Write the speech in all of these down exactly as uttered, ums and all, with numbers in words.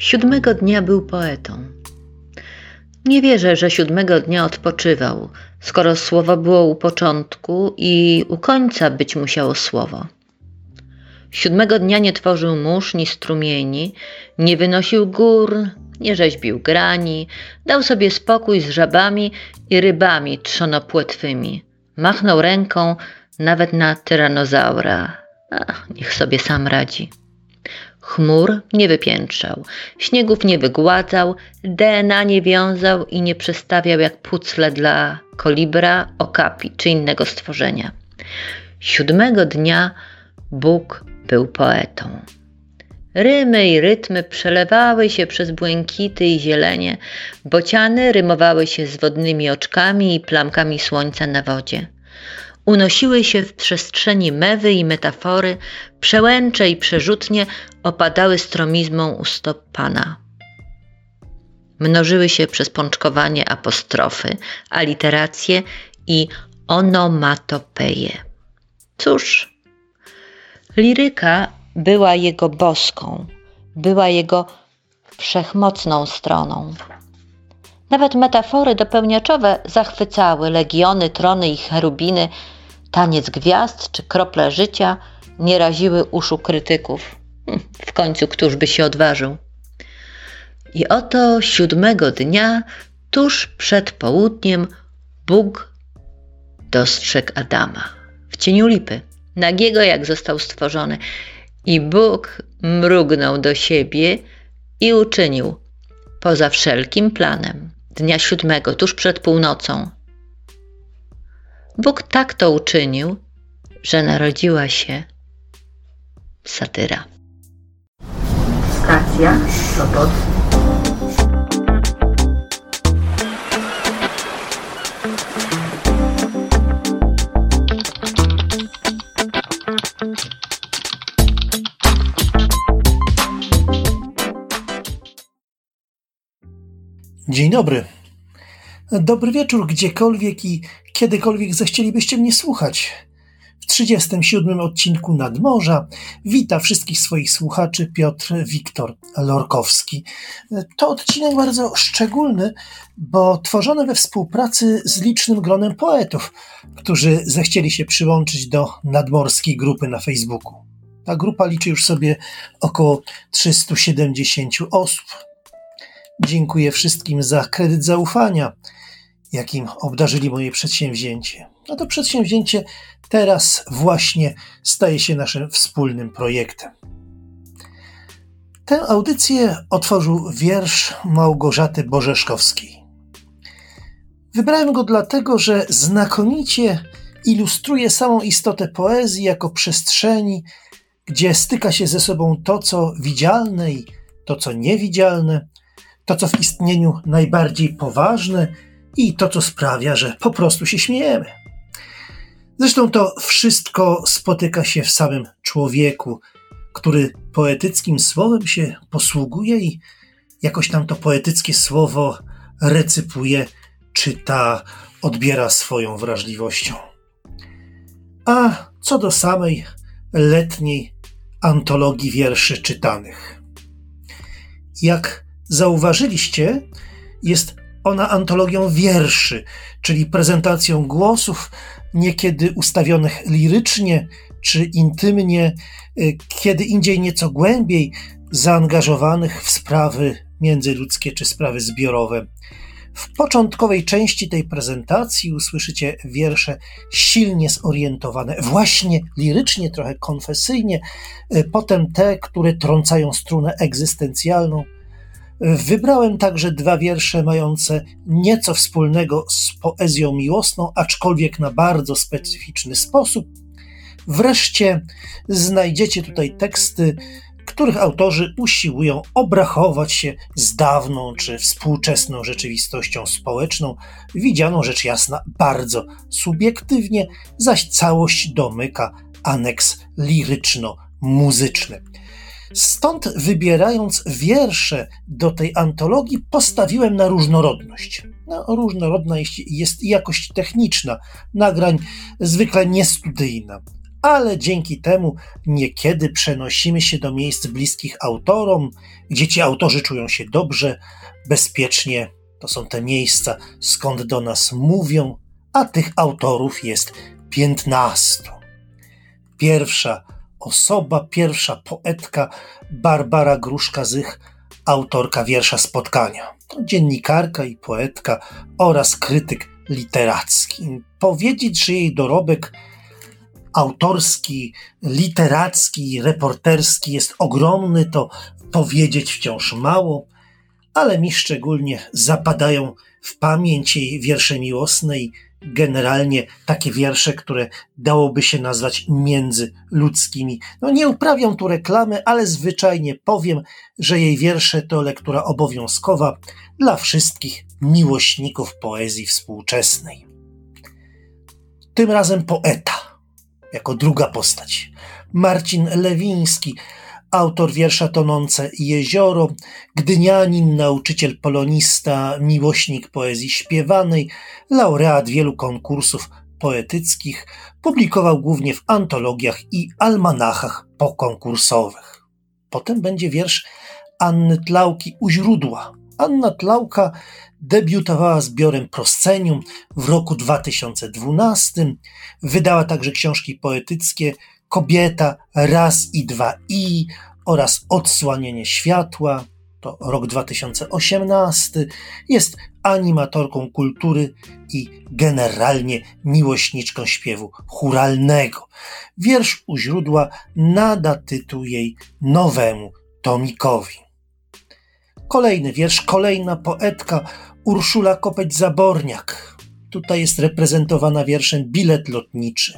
Siódmego dnia był poetą. Nie wierzę, że siódmego dnia odpoczywał, skoro słowo było u początku i u końca być musiało słowo. Siódmego dnia nie tworzył mórz ni strumieni, nie wynosił gór, nie rzeźbił grani, dał sobie spokój z żabami i rybami trzonopłetwymi. Machnął ręką nawet na tyranozaura. Ach, niech sobie sam radzi. Chmur nie wypiętrzał, śniegów nie wygładzał, D N A nie wiązał i nie przestawiał jak pucle dla kolibra, okapi czy innego stworzenia. Siódmego dnia Bóg był poetą. Rymy i rytmy przelewały się przez błękity i zielenie, bociany rymowały się z wodnymi oczkami i plamkami słońca na wodzie. Unosiły się w przestrzeni mewy i metafory, przełęcze i przerzutnie opadały stromizmą u stóp Pana. Mnożyły się przez pączkowanie apostrofy, aliteracje i onomatopeje. Cóż, liryka była jego boską, była jego wszechmocną stroną. Nawet metafory dopełniaczowe zachwycały, legiony, trony i cherubiny, taniec gwiazd czy krople życia nie raziły uszu krytyków. W końcu któż by się odważył? I oto siódmego dnia, tuż przed południem, Bóg dostrzegł Adama w cieniu lipy, nagiego jak został stworzony. I Bóg mrugnął do siebie i uczynił poza wszelkim planem dnia siódmego, tuż przed północą. Bóg tak to uczynił, że narodziła się satyra. Stacja Sopot. Dzień dobry. Dobry wieczór gdziekolwiek i kiedykolwiek zechcielibyście mnie słuchać. W trzydziestym siódmym odcinku Nadmorza wita wszystkich swoich słuchaczy Piotr Wiktor Lorkowski. To odcinek bardzo szczególny, bo tworzony we współpracy z licznym gronem poetów, którzy zechcieli się przyłączyć do nadmorskiej grupy na Facebooku. Ta grupa liczy już sobie około trzysta siedemdziesiąt osób. Dziękuję wszystkim za kredyt zaufania, jakim obdarzyli moje przedsięwzięcie. No to przedsięwzięcie teraz właśnie staje się naszym wspólnym projektem. Tę audycję otworzył wiersz Małgorzaty Borzeszkowskiej. Wybrałem go dlatego, że znakomicie ilustruje samą istotę poezji jako przestrzeni, gdzie styka się ze sobą to, co widzialne i to, co niewidzialne, to, co w istnieniu najbardziej poważne i to, co sprawia, że po prostu się śmiejemy. Zresztą to wszystko spotyka się w samym człowieku, który poetyckim słowem się posługuje i jakoś tam to poetyckie słowo recypuje, czyta, odbiera swoją wrażliwością. A co do samej letniej antologii wierszy czytanych. Jak zauważyliście, jest ona antologią wierszy, czyli prezentacją głosów, niekiedy ustawionych lirycznie czy intymnie, kiedy indziej nieco głębiej zaangażowanych w sprawy międzyludzkie czy sprawy zbiorowe. W początkowej części tej prezentacji usłyszycie wiersze silnie zorientowane, właśnie lirycznie, trochę konfesyjnie, potem te, które trącają strunę egzystencjalną. Wybrałem także dwa wiersze mające nieco wspólnego z poezją miłosną, aczkolwiek na bardzo specyficzny sposób. Wreszcie znajdziecie tutaj teksty, których autorzy usiłują obrachować się z dawną czy współczesną rzeczywistością społeczną, widzianą rzecz jasna bardzo subiektywnie, zaś całość domyka aneks liryczno-muzyczny. Stąd wybierając wiersze do tej antologii postawiłem na różnorodność. No, różnorodna jest i jakość techniczna, nagrań zwykle niestudyjna, ale dzięki temu niekiedy przenosimy się do miejsc bliskich autorom, gdzie ci autorzy czują się dobrze, bezpiecznie. To są te miejsca, skąd do nas mówią, a tych autorów jest piętnastu. Pierwsza osoba, pierwsza poetka Barbara Gruszka-Zych, autorka wiersza Spotkania. To dziennikarka i poetka oraz krytyk literacki. Powiedzieć, że jej dorobek autorski, literacki, reporterski jest ogromny, to powiedzieć wciąż mało, ale mi szczególnie zapadają w pamięć jej wiersze miłosne i generalnie takie wiersze, które dałoby się nazwać międzyludzkimi. No nie uprawiam tu reklamy, ale zwyczajnie powiem, że jej wiersze to lektura obowiązkowa dla wszystkich miłośników poezji współczesnej. Tym razem poeta, jako druga postać. Marcin Lewiński, autor wiersza Tonące jezioro, gdynianin, nauczyciel polonista, miłośnik poezji śpiewanej, laureat wielu konkursów poetyckich, publikował głównie w antologiach i almanachach pokonkursowych. Potem będzie wiersz Anny Tlauki U źródła. Anna Tlauka debiutowała zbiorem Proscenium w roku dwa tysiące dwunastym. Wydała także książki poetyckie Kobieta, raz i dwa i oraz Odsłanianie światła, to rok dwa tysiące osiemnasty. Jest animatorką kultury i generalnie miłośniczką śpiewu chóralnego. Wiersz U źródła nada tytuł jej nowemu tomikowi. Kolejny wiersz, kolejna poetka Urszula Kopeć-Zaborniak. Tutaj jest reprezentowana wierszem Bilet lotniczy.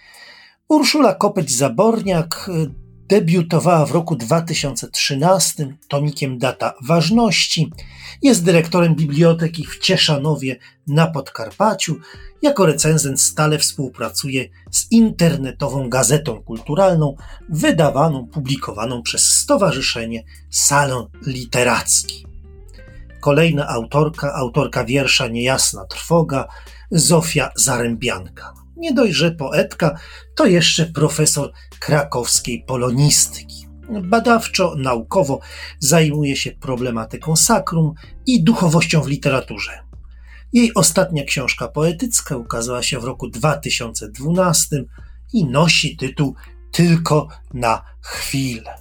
Urszula Kopeć-Zaborniak debiutowała w roku dwa tysiące trzynastym tomikiem Data ważności. Jest dyrektorem biblioteki w Cieszanowie na Podkarpaciu. Jako recenzent stale współpracuje z internetową gazetą kulturalną wydawaną, publikowaną przez Stowarzyszenie Salon Literacki. Kolejna autorka, autorka wiersza Niejasna trwoga, Zofia Zarębianka. Nie dość, że poetka, to jeszcze profesor krakowskiej polonistyki. Badawczo, naukowo zajmuje się problematyką sakrum i duchowością w literaturze. Jej ostatnia książka poetycka ukazała się w roku dwa tysiące dwunastym i nosi tytuł Tylko na chwilę.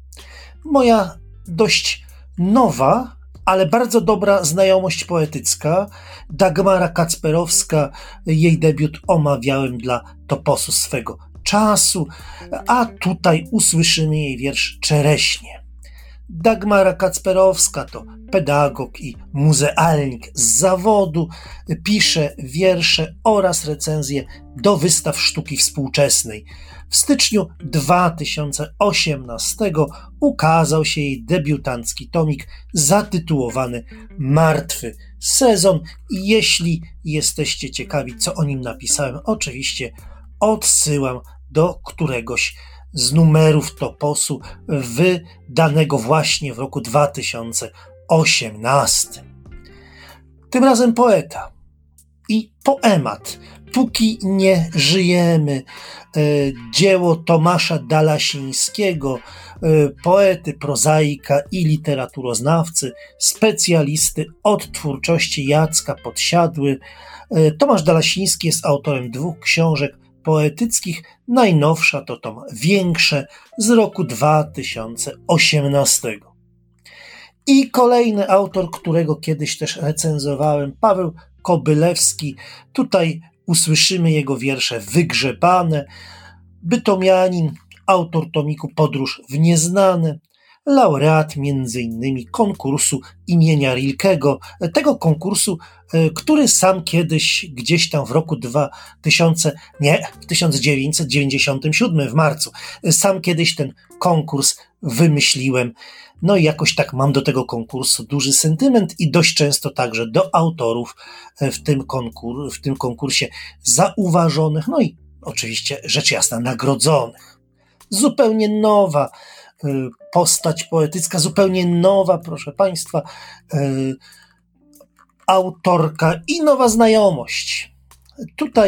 Moja dość nowa, ale bardzo dobra znajomość poetycka, Dagmara Kacperowska, jej debiut omawiałem dla Toposu swego czasu, a tutaj usłyszymy jej wiersz Czereśnie. Dagmara Kacperowska to pedagog i muzealnik z zawodu, pisze wiersze oraz recenzje do wystaw sztuki współczesnej. W styczniu dwa tysiące osiemnastego ukazał się jej debiutancki tomik zatytułowany Martwy sezon. I jeśli jesteście ciekawi, co o nim napisałem, oczywiście odsyłam do któregoś z numerów Toposu wydanego właśnie w roku dwa tysiące osiemnastym. Tym razem poeta i poemat Póki nie żyjemy, dzieło Tomasza Dalasińskiego, poety, prozaika i literaturoznawcy, specjalisty od twórczości Jacka Podsiadły. Tomasz Dalasiński jest autorem dwóch książek poetyckich. Najnowsza to tom Większe z roku dwa tysiące osiemnastego. I kolejny autor, którego kiedyś też recenzowałem, Paweł Kobylewski. Tutaj usłyszymy jego wiersze Wygrzebane, bytomianin, autor tomiku Podróż w nieznane, laureat między innymi konkursu imienia Rilkego, tego konkursu, który sam kiedyś gdzieś tam w roku dwa tysiące, nie, w tysiąc dziewięćset dziewięćdziesiątym siódmym w marcu, sam kiedyś ten konkurs wymyśliłem. No i jakoś tak mam do tego konkursu duży sentyment i dość często także do autorów w tym, konkur- w tym konkursie zauważonych, no i oczywiście rzecz jasna nagrodzonych. Zupełnie nowa postać poetycka, zupełnie nowa, proszę Państwa, autorka i nowa znajomość. Tutaj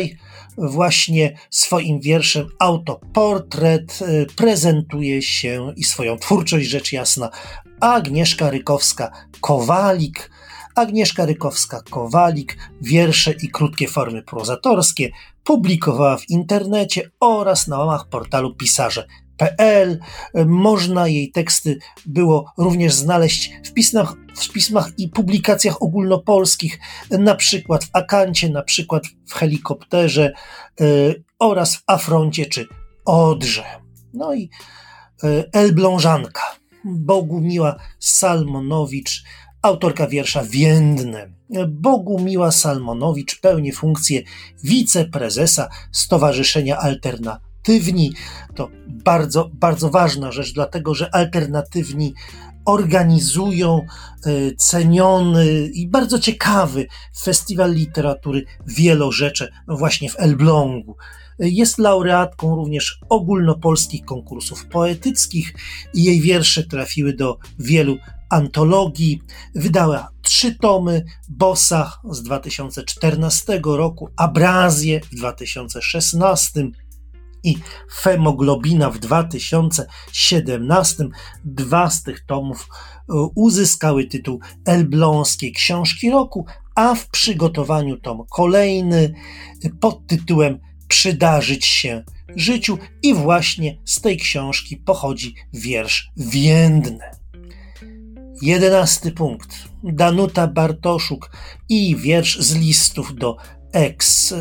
właśnie swoim wierszem Autoportret prezentuje się i swoją twórczość, rzecz jasna, Agnieszka Rykowska-Kowalik. Agnieszka Rykowska-Kowalik wiersze i krótkie formy prozatorskie publikowała w internecie oraz na łamach portalu pisarze kropka pe el. Można jej teksty było również znaleźć w pismach, w pismach i publikacjach ogólnopolskich, na przykład w Akancie, na przykład w Helikopterze yy, oraz w Afroncie czy Odrze. No i yy, Elblążanka, Bogumiła Salmonowicz, autorka wiersza Więdne. Bogumiła Salmonowicz pełni funkcję wiceprezesa Stowarzyszenia Alternatywni. To bardzo, bardzo ważna rzecz, dlatego że alternatywni organizują y, ceniony i bardzo ciekawy festiwal literatury Wielorzecze właśnie w Elblągu. Jest laureatką również ogólnopolskich konkursów poetyckich i jej wiersze trafiły do wielu antologii. Wydała trzy tomy: Bossa z dwa tysiące czternastego roku, Abrazję w dwa tysiące szesnastym i Femoglobina w dwa tysiące siedemnastym. Dwa z tych tomów uzyskały tytuł Elbląskiej Książki Roku, a w przygotowaniu tom kolejny pod tytułem Przydarzyć się życiu i właśnie z tej książki pochodzi wiersz Więdne. Jedenasty punkt. Danuta Bartoszuk i wiersz z listów do Ex.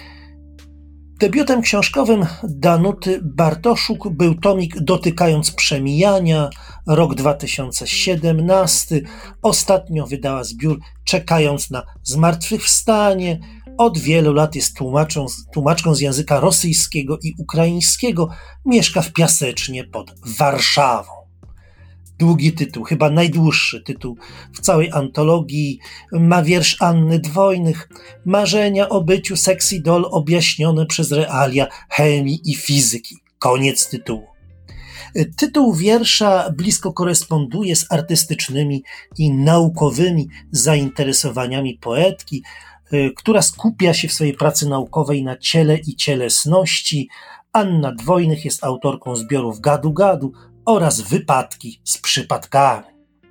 Debiutem książkowym Danuty Bartoszuk był tomik Dotykając przemijania, rok dwa tysiące siedemnasty. Ostatnio wydała zbiór Czekając na zmartwychwstanie. Od wielu lat jest tłumaczą, tłumaczką z języka rosyjskiego i ukraińskiego. Mieszka w Piasecznie pod Warszawą. Długi tytuł, chyba najdłuższy tytuł w całej antologii, ma wiersz Anny Dwojnych, marzenia o byciu sexy doll objaśnione przez realia chemii i fizyki. Koniec tytułu. Tytuł wiersza blisko koresponduje z artystycznymi i naukowymi zainteresowaniami poetki, która skupia się w swojej pracy naukowej na ciele i cielesności. Anna Dwojnych jest autorką zbiorów Gadu Gadu oraz Wypadki z przypadkami.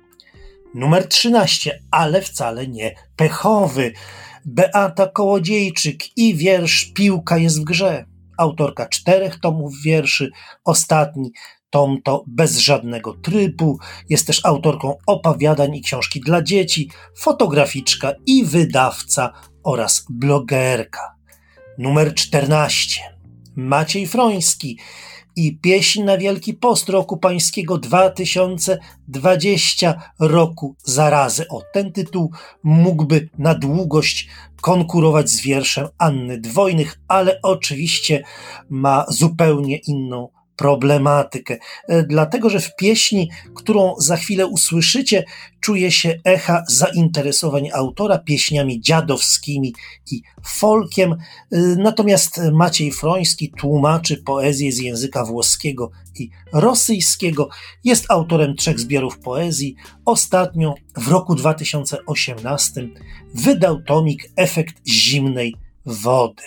Numer trzynaście, ale wcale nie pechowy. Beata Kołodziejczyk i wiersz Piłka jest w grze. Autorka czterech tomów wierszy. Ostatni tom to Bez żadnego trybu. Jest też autorką opowiadań i książki dla dzieci, fotograficzka i wydawca oraz blogerka. Numer czternaście. Maciej Froński i Pieśń na Wielki Post roku pańskiego dwa tysiące dwudziestego roku zarazy. O, ten tytuł mógłby na długość konkurować z wierszem Anny Dwojnych, ale oczywiście ma zupełnie inną problematykę, dlatego że w pieśni, którą za chwilę usłyszycie, czuje się echa zainteresowań autora pieśniami dziadowskimi i folkiem, natomiast Maciej Froński tłumaczy poezję z języka włoskiego i rosyjskiego, jest autorem trzech zbiorów poezji. Ostatnio w roku dwa tysiące osiemnastym wydał tomik Efekt zimnej wody.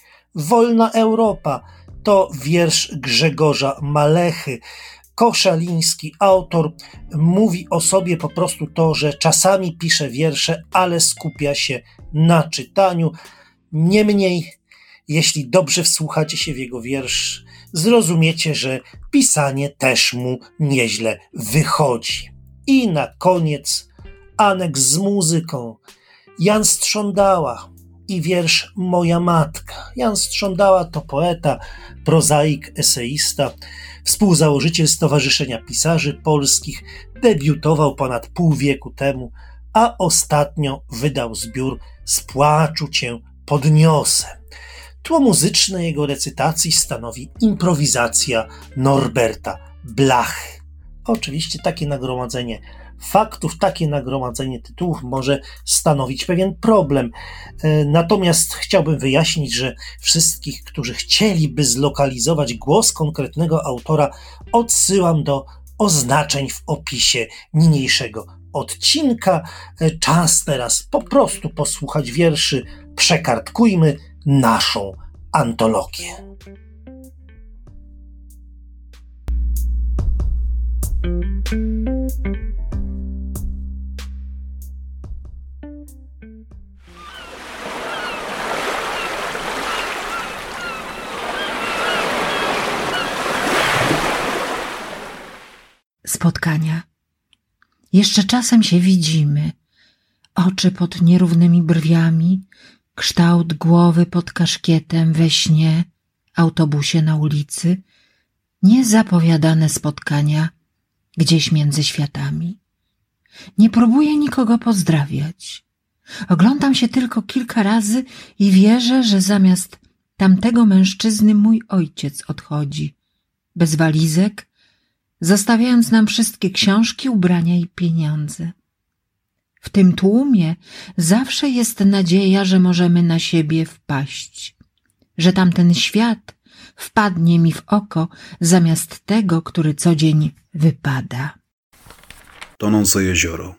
Wolna Europa to wiersz Grzegorza Malechy. Koszaliński, autor, mówi o sobie po prostu to, że czasami pisze wiersze, ale skupia się na czytaniu. Niemniej, jeśli dobrze wsłuchacie się w jego wiersz, zrozumiecie, że pisanie też mu nieźle wychodzi. I na koniec aneks z muzyką. Jan Strządała i wiersz Moja matka. Jan Strządała to poeta, prozaik, eseista, współzałożyciel Stowarzyszenia Pisarzy Polskich, debiutował ponad pół wieku temu, a ostatnio wydał zbiór Z płaczu cię podniosę. Tło muzyczne jego recytacji stanowi improwizacja Norberta Blachy. Oczywiście takie nagromadzenie faktów, takie nagromadzenie tytułów może stanowić pewien problem. Natomiast chciałbym wyjaśnić, że wszystkich, którzy chcieliby zlokalizować głos konkretnego autora, odsyłam do oznaczeń w opisie niniejszego odcinka. Czas teraz po prostu posłuchać wierszy Przekartkujmy naszą antologię. Spotkania. Jeszcze czasem się widzimy. Oczy pod nierównymi brwiami, kształt głowy pod kaszkietem we śnie, autobusie na ulicy, niezapowiadane spotkania gdzieś między światami. Nie próbuję nikogo pozdrawiać. Oglądam się tylko kilka razy i wierzę, że zamiast tamtego mężczyzny mój ojciec odchodzi, bez walizek, zostawiając nam wszystkie książki, ubrania i pieniądze. W tym tłumie zawsze jest nadzieja, że możemy na siebie wpaść, że tamten świat wpadnie mi w oko zamiast tego, który co dzień wypada. Tonące jezioro.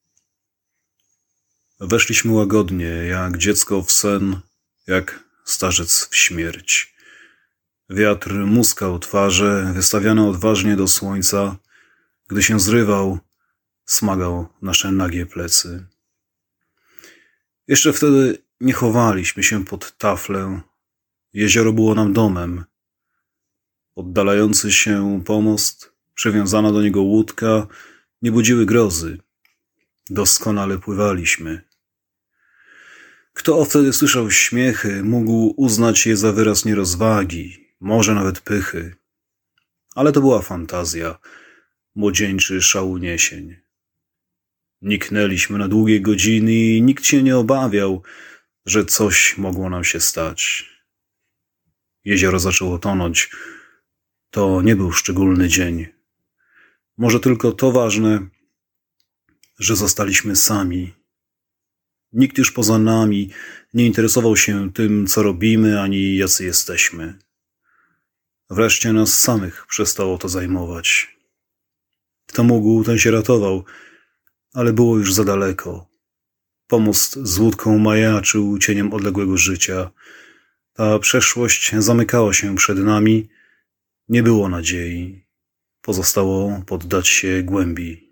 Weszliśmy łagodnie, jak dziecko w sen, jak starzec w śmierć. Wiatr muskał twarze, wystawiane odważnie do słońca. Gdy się zrywał, smagał nasze nagie plecy. Jeszcze wtedy nie chowaliśmy się pod taflę. Jezioro było nam domem. Oddalający się pomost, przywiązana do niego łódka, nie budziły grozy. Doskonale pływaliśmy. Kto wtedy słyszał śmiechy, mógł uznać je za wyraz nierozwagi, może nawet pychy. Ale to była fantazja, młodzieńczy szał uniesień. Niknęliśmy na długie godziny i nikt się nie obawiał, że coś mogło nam się stać. Jezioro zaczęło tonąć. To nie był szczególny dzień. Może tylko to ważne, że zostaliśmy sami. Nikt już poza nami nie interesował się tym, co robimy, ani jacy jesteśmy. Wreszcie nas samych przestało to zajmować. Kto mógł, ten się ratował, ale było już za daleko. Pomost z łódką majaczył cieniem odległego życia. Ta przeszłość zamykała się przed nami. Nie było nadziei. Pozostało poddać się głębi.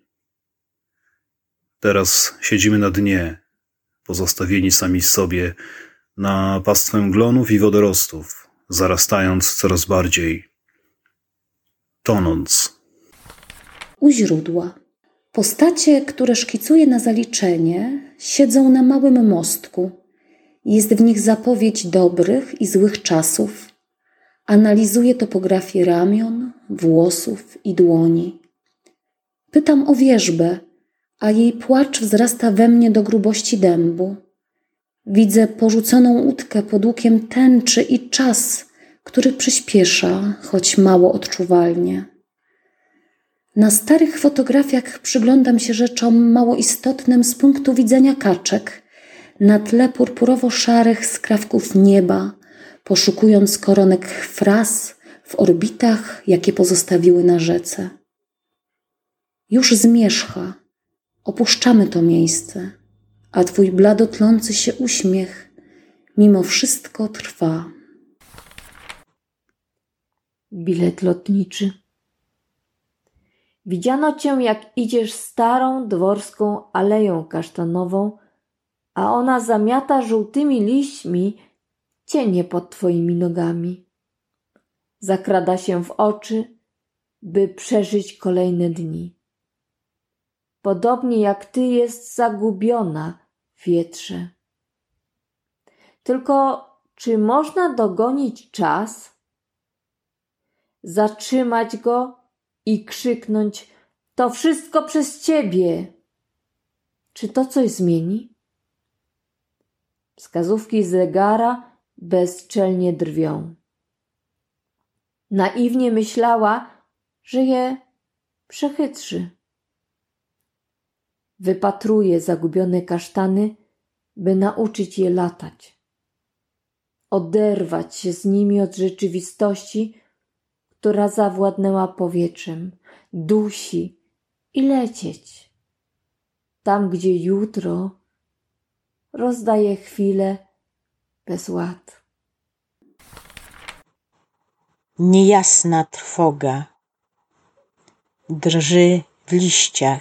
Teraz siedzimy na dnie, pozostawieni sami sobie, na pastwę glonów i wodorostów, zarastając coraz bardziej, tonąc. U źródła. Postacie, które szkicuję na zaliczenie, siedzą na małym mostku. Jest w nich zapowiedź dobrych i złych czasów. Analizuję topografię ramion, włosów i dłoni. Pytam o wierzbę, a jej płacz wzrasta we mnie do grubości dębu. Widzę porzuconą łódkę pod łukiem tęczy i czas, który przyspiesza, choć mało odczuwalnie. Na starych fotografiach przyglądam się rzeczom mało istotnym z punktu widzenia kaczek, na tle purpurowo-szarych skrawków nieba, poszukując koronek fraz w orbitach, jakie pozostawiły na rzece. Już zmierzcha, opuszczamy to miejsce, a twój blado tlący się uśmiech mimo wszystko trwa. Bilet lotniczy. Widziano cię, jak idziesz starą dworską aleją kasztanową, a ona zamiata żółtymi liśćmi cienie pod twoimi nogami. Zakrada się w oczy, by przeżyć kolejne dni. Podobnie jak ty jest zagubiona w wietrze. Tylko czy można dogonić czas? Zatrzymać go i krzyknąć: to wszystko przez ciebie. Czy to coś zmieni? Wskazówki zegara bezczelnie drwią. Naiwnie myślała, że je przechytrzy. Wypatruje zagubione kasztany, by nauczyć je latać. Oderwać się z nimi od rzeczywistości, która zawładnęła powietrzem, dusi i lecieć. Tam, gdzie jutro rozdaje chwilę bez ład. Niejasna trwoga drży w liściach,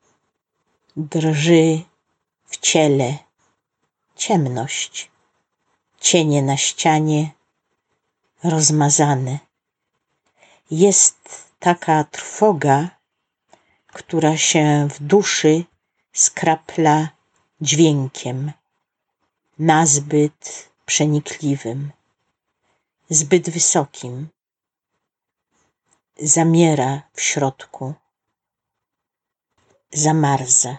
drży w ciele ciemność, cienie na ścianie rozmazane. Jest taka trwoga, która się w duszy skrapla dźwiękiem, nazbyt przenikliwym, zbyt wysokim. Zamiera w środku, zamarza.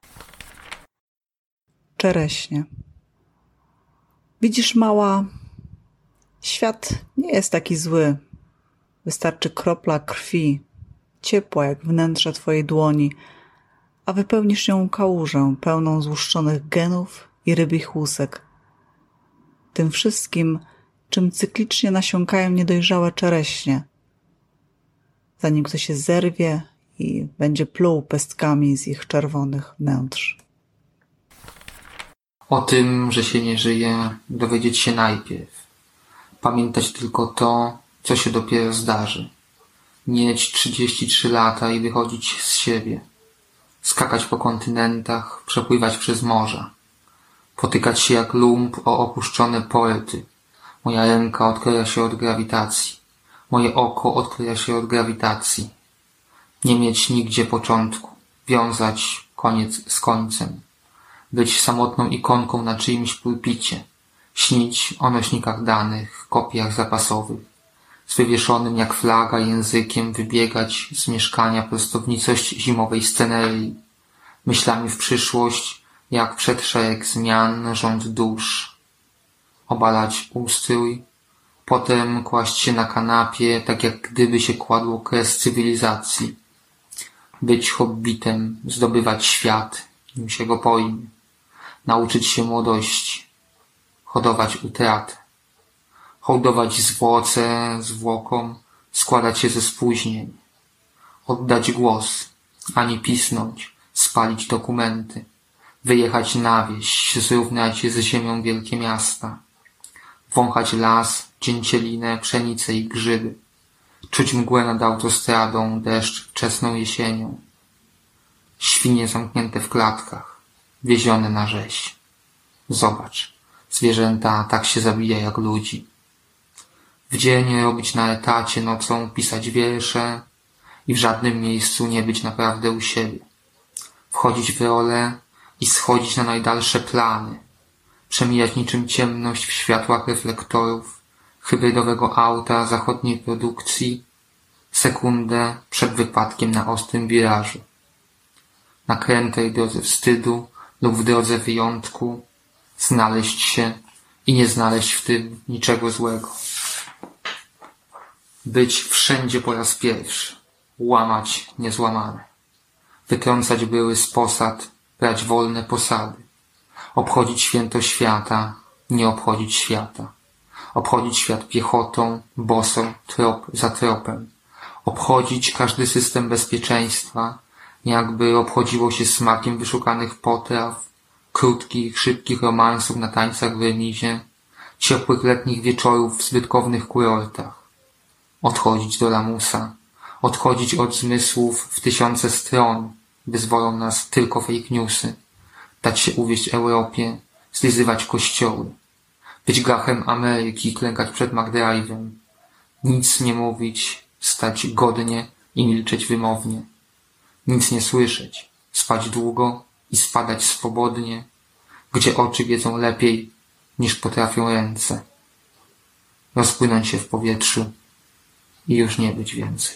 Czereśnie. Widzisz, mała, świat nie jest taki zły. Wystarczy kropla krwi, ciepła jak wnętrze twojej dłoni, a wypełnisz ją kałużę pełną złuszczonych genów i rybich łusek. Tym wszystkim, czym cyklicznie nasiąkają niedojrzałe czereśnie, zanim ktoś się zerwie i będzie pluł pestkami z ich czerwonych wnętrz. O tym, że się nie żyje, dowiedzieć się najpierw. Pamiętać tylko to, co się dopiero zdarzy. Mieć trzydzieści trzy lata i wychodzić z siebie. Skakać po kontynentach, przepływać przez morza. Potykać się jak lump o opuszczone poety. Moja ręka odkleja się od grawitacji. Moje oko odkleja się od grawitacji. Nie mieć nigdzie początku. Wiązać koniec z końcem. Być samotną ikonką na czyimś pulpicie. Śnić o nośnikach danych, kopiach zapasowych. Z wywieszonym jak flaga językiem wybiegać z mieszkania prosto w nicość zimowej scenerii. Myślami w przyszłość, jak przed szereg zmian rząd dusz. Obalać ustrój, potem kłaść się na kanapie, tak jak gdyby się kładło kres cywilizacji. Być hobbitem, zdobywać świat, nim się go pojmie. Nauczyć się młodości, hodować utratę. Hołdować zwłoce, zwłokom, składać się ze spóźnień. Oddać głos, ani pisnąć, spalić dokumenty. Wyjechać na wieś, zrównać z ziemią wielkie miasta. Wąchać las, dzięcielinę, pszenicę i grzyby. Czuć mgłę nad autostradą, deszcz wczesną jesienią. Świnie zamknięte w klatkach, wiezione na rzeź. Zobacz, zwierzęta tak się zabija jak ludzi. W dzień robić na etacie, nocą pisać wiersze i w żadnym miejscu nie być naprawdę u siebie. Wchodzić w rolę i schodzić na najdalsze plany. Przemijać niczym ciemność w światłach reflektorów hybrydowego auta zachodniej produkcji sekundę przed wypadkiem na ostrym wirażu. Na krętej drodze wstydu lub w drodze wyjątku znaleźć się i nie znaleźć w tym niczego złego. Być wszędzie po raz pierwszy, łamać niezłamane, wytrącać były z posad, brać wolne posady, obchodzić święto świata, nie obchodzić świata, obchodzić świat piechotą, boso, trop za tropem, obchodzić każdy system bezpieczeństwa, jakby obchodziło się smakiem wyszukanych potraw, krótkich, szybkich romansów na tańcach w remizie, ciepłych letnich wieczorów w zbytkownych kurortach. Odchodzić do lamusa, odchodzić od zmysłów w tysiące stron, wyzwolą nas tylko fake newsy, dać się uwieść Europie, zlizywać kościoły, być gachem Ameryki, klękać przed McDrive'em, nic nie mówić, stać godnie i milczeć wymownie, nic nie słyszeć, spać długo i spadać swobodnie, gdzie oczy wiedzą lepiej niż potrafią ręce, rozpłynąć się w powietrzu i już nie być więcej.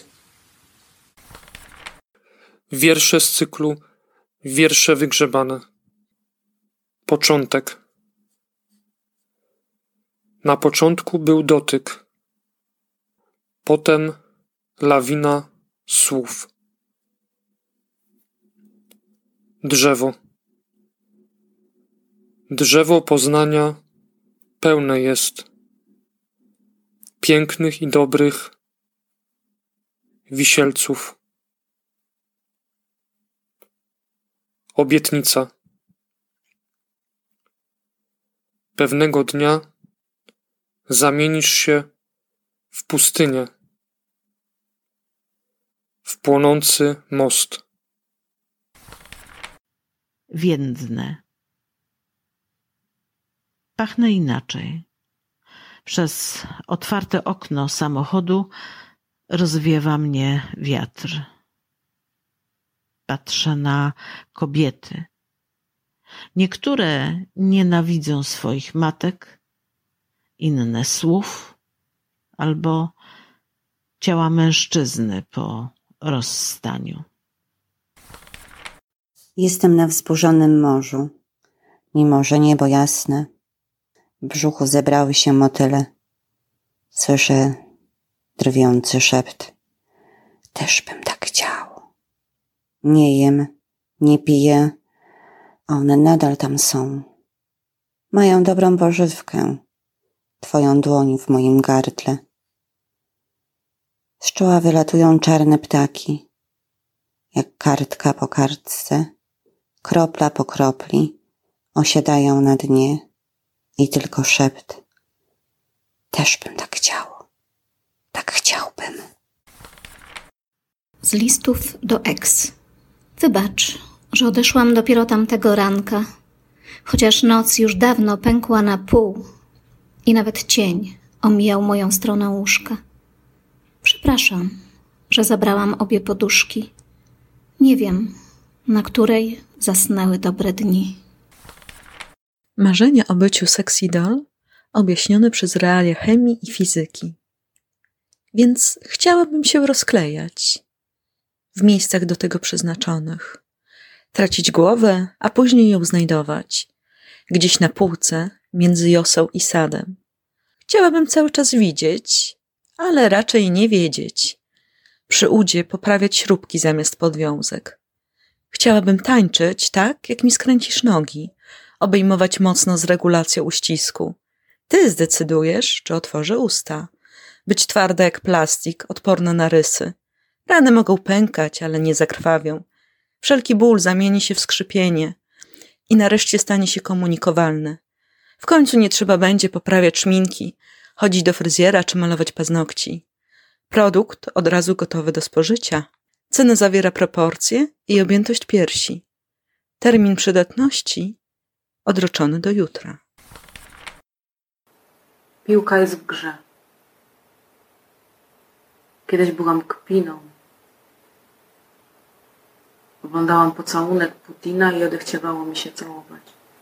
Wiersze z cyklu Wiersze wygrzebane. Początek. Na początku był dotyk. Potem lawina słów. Drzewo. Drzewo Poznania pełne jest pięknych i dobrych wisielców. Obietnica. Pewnego dnia zamienisz się w pustynię, w płonący most. Więdnę. Pachnę inaczej. Przez otwarte okno samochodu rozwiewa mnie wiatr. Patrzę na kobiety. Niektóre nienawidzą swoich matek, inne słów albo ciała mężczyzny po rozstaniu. Jestem na wzburzonym morzu, mimo że niebo jasne. W brzuchu zebrały się motyle. Słyszę drwiący szept. Też bym tak chciał. Nie jem, nie piję, a one nadal tam są. Mają dobrą pożywkę, twoją dłoń w moim gardle. Z czoła wylatują czarne ptaki, jak kartka po kartce, kropla po kropli, osiadają na dnie i tylko szept. Też bym tak chciał. Tak chciałbym. Z listów do ex. Wybacz, że odeszłam dopiero tamtego ranka, chociaż noc już dawno pękła na pół i nawet cień omijał moją stronę łóżka. Przepraszam, że zabrałam obie poduszki. Nie wiem, na której zasnęły dobre dni. Marzenia o byciu sexy doll objaśnione przez realia chemii i fizyki. Więc chciałabym się rozklejać w miejscach do tego przeznaczonych, tracić głowę, a później ją znajdować, gdzieś na półce między Josą i Sadem. Chciałabym cały czas widzieć, ale raczej nie wiedzieć. Przy udzie poprawiać śrubki zamiast podwiązek. Chciałabym tańczyć tak, jak mi skręcisz nogi, obejmować mocno z regulacją uścisku. Ty zdecydujesz, czy otworzę usta. Być twarda jak plastik, odporna na rysy. Rany mogą pękać, ale nie zakrwawią. Wszelki ból zamieni się w skrzypienie i nareszcie stanie się komunikowalny. W końcu nie trzeba będzie poprawiać szminki, chodzić do fryzjera czy malować paznokci. Produkt od razu gotowy do spożycia. Cena zawiera proporcje i objętość piersi. Termin przydatności odroczony do jutra. Piłka jest w grze. Kiedyś byłam kpiną. Oglądałam pocałunek Putina i odechciewało mi się całować.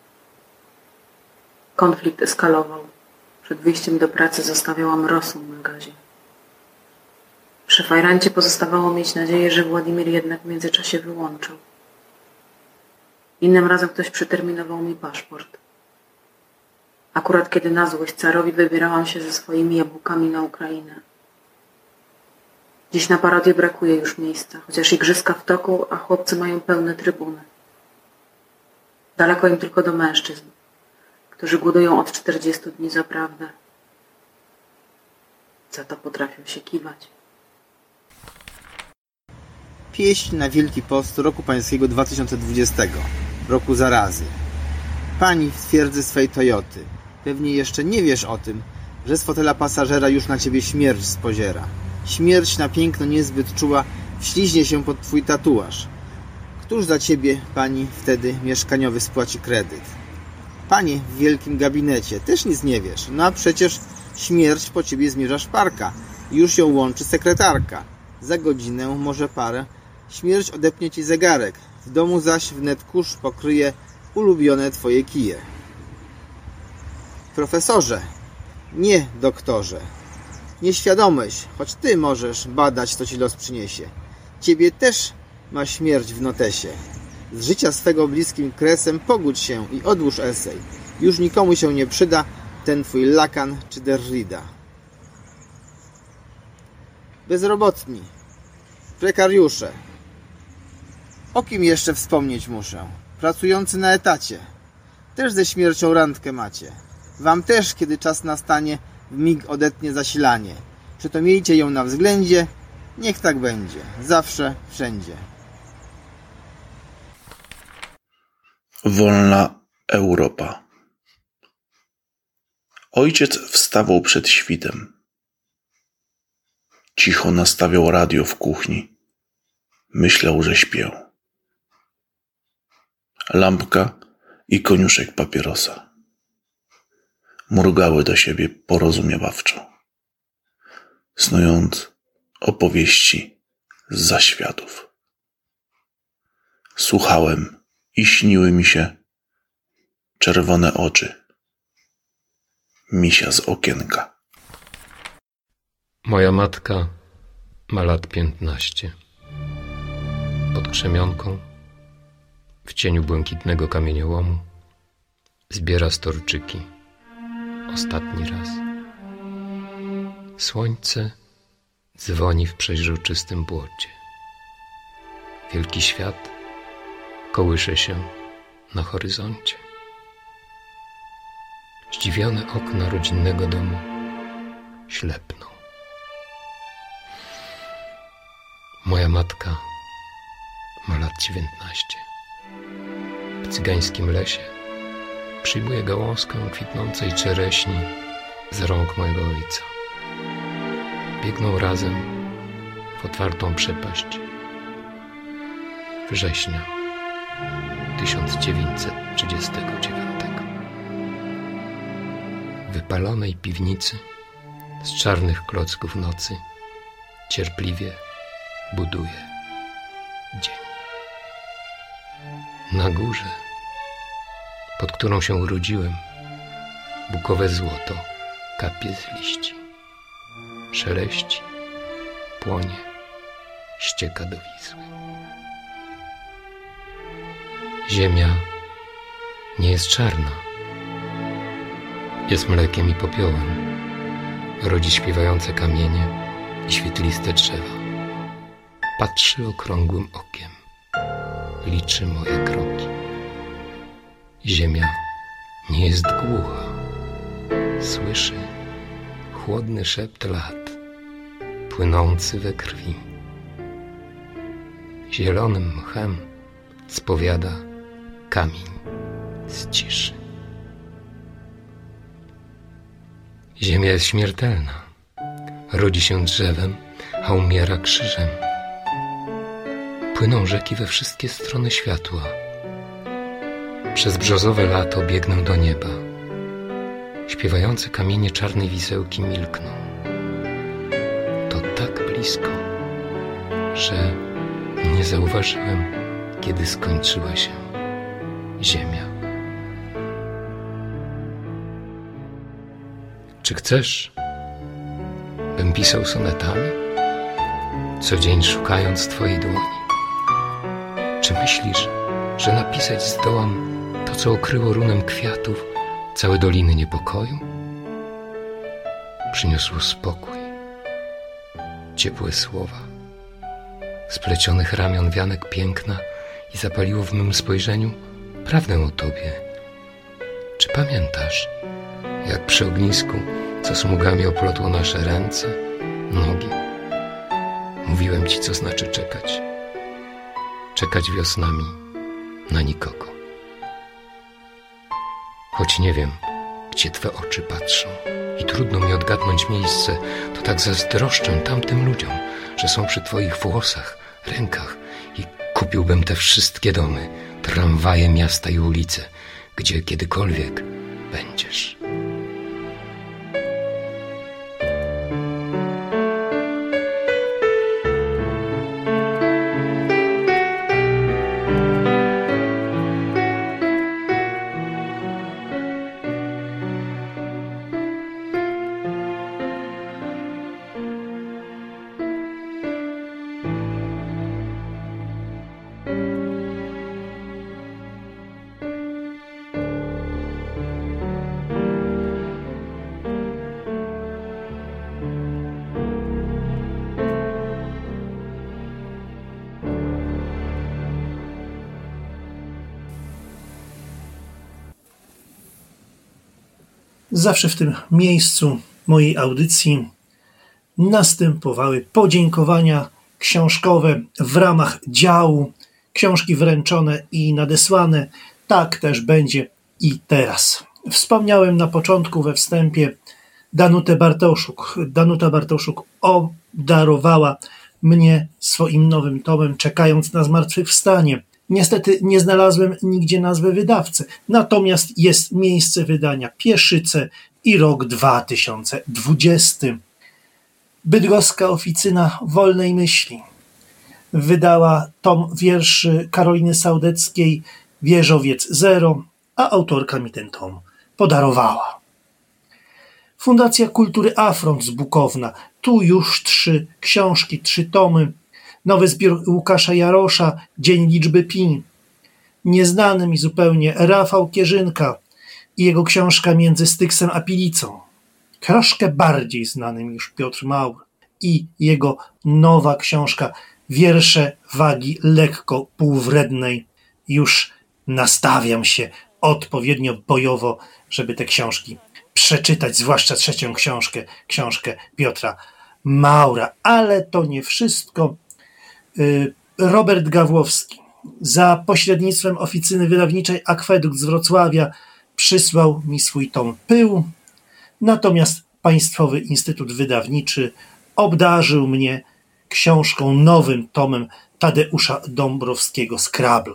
Konflikt eskalował. Przed wyjściem do pracy zostawiałam rosół na gazie. Przy fajrancie pozostawało mieć nadzieję, że Władimir jednak w międzyczasie wyłączył. Innym razem ktoś przeterminował mi paszport. Akurat kiedy na złość carowi wybierałam się ze swoimi jabłkami na Ukrainę. Dziś na parodię brakuje już miejsca, chociaż igrzyska w toku, a chłopcy mają pełne trybuny. Daleko im tylko do mężczyzn, którzy głodują od czterdziestu dni za prawdę. Za to potrafią się kiwać. Pieśń na Wielki Post roku pańskiego dwa tysiące dwudziestego, roku zarazy. Pani w twierdzy swej Toyoty. Pewnie jeszcze nie wiesz o tym, że z fotela pasażera już na ciebie śmierć spoziera. Śmierć na piękno niezbyt czuła, wśliźnie się pod twój tatuaż. Któż za ciebie, pani, wtedy mieszkaniowy spłaci kredyt? Panie w wielkim gabinecie, też nic nie wiesz. No a przecież śmierć po ciebie zmierza szparka. Już ją łączy sekretarka. Za godzinę, może parę, śmierć odepnie ci zegarek. W domu zaś wnet kurz pokryje ulubione twoje kije. Profesorze, nie doktorze. Nieświadomyś, choć ty możesz badać, co ci los przyniesie. Ciebie też ma śmierć w notesie. Z życia swego bliskim kresem pogódź się i odłóż esej. Już nikomu się nie przyda ten twój Lacan czy Derrida. Bezrobotni, prekariusze. O kim jeszcze wspomnieć muszę? Pracujący na etacie. Też ze śmiercią randkę macie. Wam też, kiedy czas nastanie, w mig odetnie zasilanie. Przeto miejcie ją na względzie. Niech tak będzie. Zawsze, wszędzie. Wolna Europa. Ojciec wstawał przed świtem. Cicho nastawiał radio w kuchni. Myślał, że śpię. Lampka i koniuszek papierosa mrugały do siebie porozumiewawczo, snując opowieści z zaświatów. Słuchałem i śniły mi się czerwone oczy misia z okienka. Moja matka ma lat piętnaście. Pod krzemionką, w cieniu błękitnego kamieniołomu, zbiera storczyki. Ostatni raz. Słońce dzwoni w przeźroczystym błocie. Wielki świat kołysze się na horyzoncie. Zdziwione okna rodzinnego domu ślepną. Moja matka ma lat dziewiętnaście. W cygańskim lesie przyjmuje gałązkę kwitnącej czereśni z rąk mojego ojca. Biegną razem w otwartą przepaść. Września tysiąc dziewięćset trzydziestego dziewiątego. W wypalonej piwnicy z czarnych klocków nocy cierpliwie buduje dzień. Na górze, pod którą się urodziłem, bukowe złoto kapie z liści. Szeleści, płonie, ścieka do Wisły. Ziemia nie jest czarna. Jest mlekiem i popiołem. Rodzi śpiewające kamienie i świetliste drzewa. Patrzy okrągłym okiem. Liczy moje kroki. Ziemia nie jest głucha. Słyszy chłodny szept lat, płynący we krwi. Zielonym mchem spowiada kamień z ciszy. Ziemia jest śmiertelna. Rodzi się drzewem, a umiera krzyżem. Płyną rzeki we wszystkie strony światła. Przez brzozowe lato biegnę do nieba. Śpiewające kamienie czarnej wisełki milkną. To tak blisko, że nie zauważyłem, kiedy skończyła się ziemia. Czy chcesz, bym pisał sonetami, co dzień szukając twojej dłoni? Czy myślisz, że napisać zdołam to, co okryło runem kwiatów całe doliny niepokoju? Przyniosło spokój, ciepłe słowa, splecionych ramion wianek piękna i zapaliło w mym spojrzeniu prawdę o tobie. Czy pamiętasz, jak przy ognisku, co smugami oplotło nasze ręce, nogi? Mówiłem ci, co znaczy czekać. Czekać wiosnami na nikogo. Choć nie wiem, gdzie twe oczy patrzą i trudno mi odgadnąć miejsce, to tak zazdroszczę tamtym ludziom, że są przy twoich włosach, rękach i kupiłbym te wszystkie domy, tramwaje, miasta i ulice, gdzie kiedykolwiek będziesz. Zawsze w tym miejscu mojej audycji następowały podziękowania książkowe w ramach działu, książki wręczone i nadesłane. Tak też będzie i teraz. Wspomniałem na początku we wstępie Danutę Bartoszuk. Danuta Bartoszuk obdarowała mnie swoim nowym tomem, czekając na zmartwychwstanie. Niestety nie znalazłem nigdzie nazwy wydawcy, natomiast jest miejsce wydania, Pieszyce i rok dwa tysiące dwudziesty. Bydgoska Oficyna Wolnej Myśli wydała tom wierszy Karoliny Saudeckiej Wieżowiec Zero, a autorka mi ten tom podarowała. Fundacja Kultury Afront z Bukowna, tu już trzy książki, trzy tomy. Nowy zbiór Łukasza Jarosza, Dzień liczby pi. Nieznany mi zupełnie Rafał Kierzynka i jego książka Między Styksem a Pilicą. Troszkę bardziej znanym już Piotr Maur i jego nowa książka Wiersze wagi lekko półwrednej. Już nastawiam się odpowiednio bojowo, żeby te książki przeczytać, zwłaszcza trzecią książkę, książkę Piotra Maura. Ale to nie wszystko. Robert Gawłowski za pośrednictwem oficyny wydawniczej Akwedukt z Wrocławia przysłał mi swój tom Pył, natomiast Państwowy Instytut Wydawniczy obdarzył mnie książką, nowym tomem Tadeusza Dąbrowskiego Scrabble.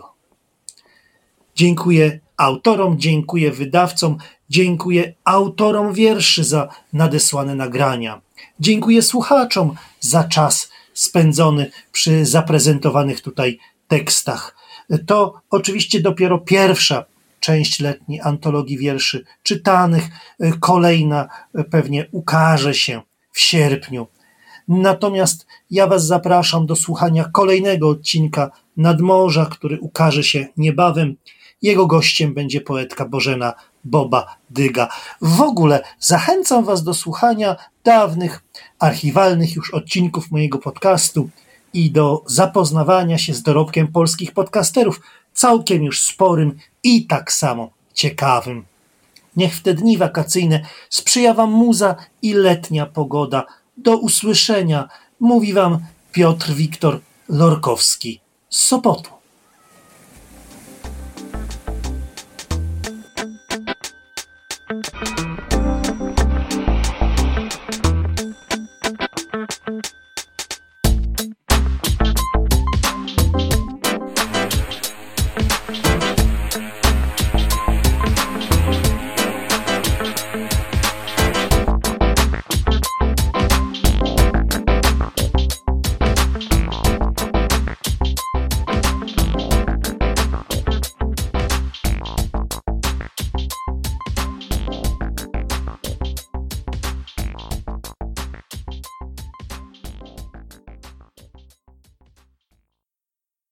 Dziękuję autorom, dziękuję wydawcom, dziękuję autorom wierszy za nadesłane nagrania. Dziękuję słuchaczom za czas spędzony przy zaprezentowanych tutaj tekstach. To oczywiście dopiero pierwsza część letniej antologii wierszy czytanych. Kolejna pewnie ukaże się w sierpniu. Natomiast ja Was zapraszam do słuchania kolejnego odcinka Nadmorza, który ukaże się niebawem. Jego gościem będzie poetka Bożena Boba-Dyga. W ogóle zachęcam Was do słuchania dawnych, archiwalnych już odcinków mojego podcastu i do zapoznawania się z dorobkiem polskich podcasterów, całkiem już sporym i tak samo ciekawym. Niech w te dni wakacyjne sprzyja Wam muza i letnia pogoda. Do usłyszenia, mówi Wam Piotr Wiktor Lorkowski z Sopotu.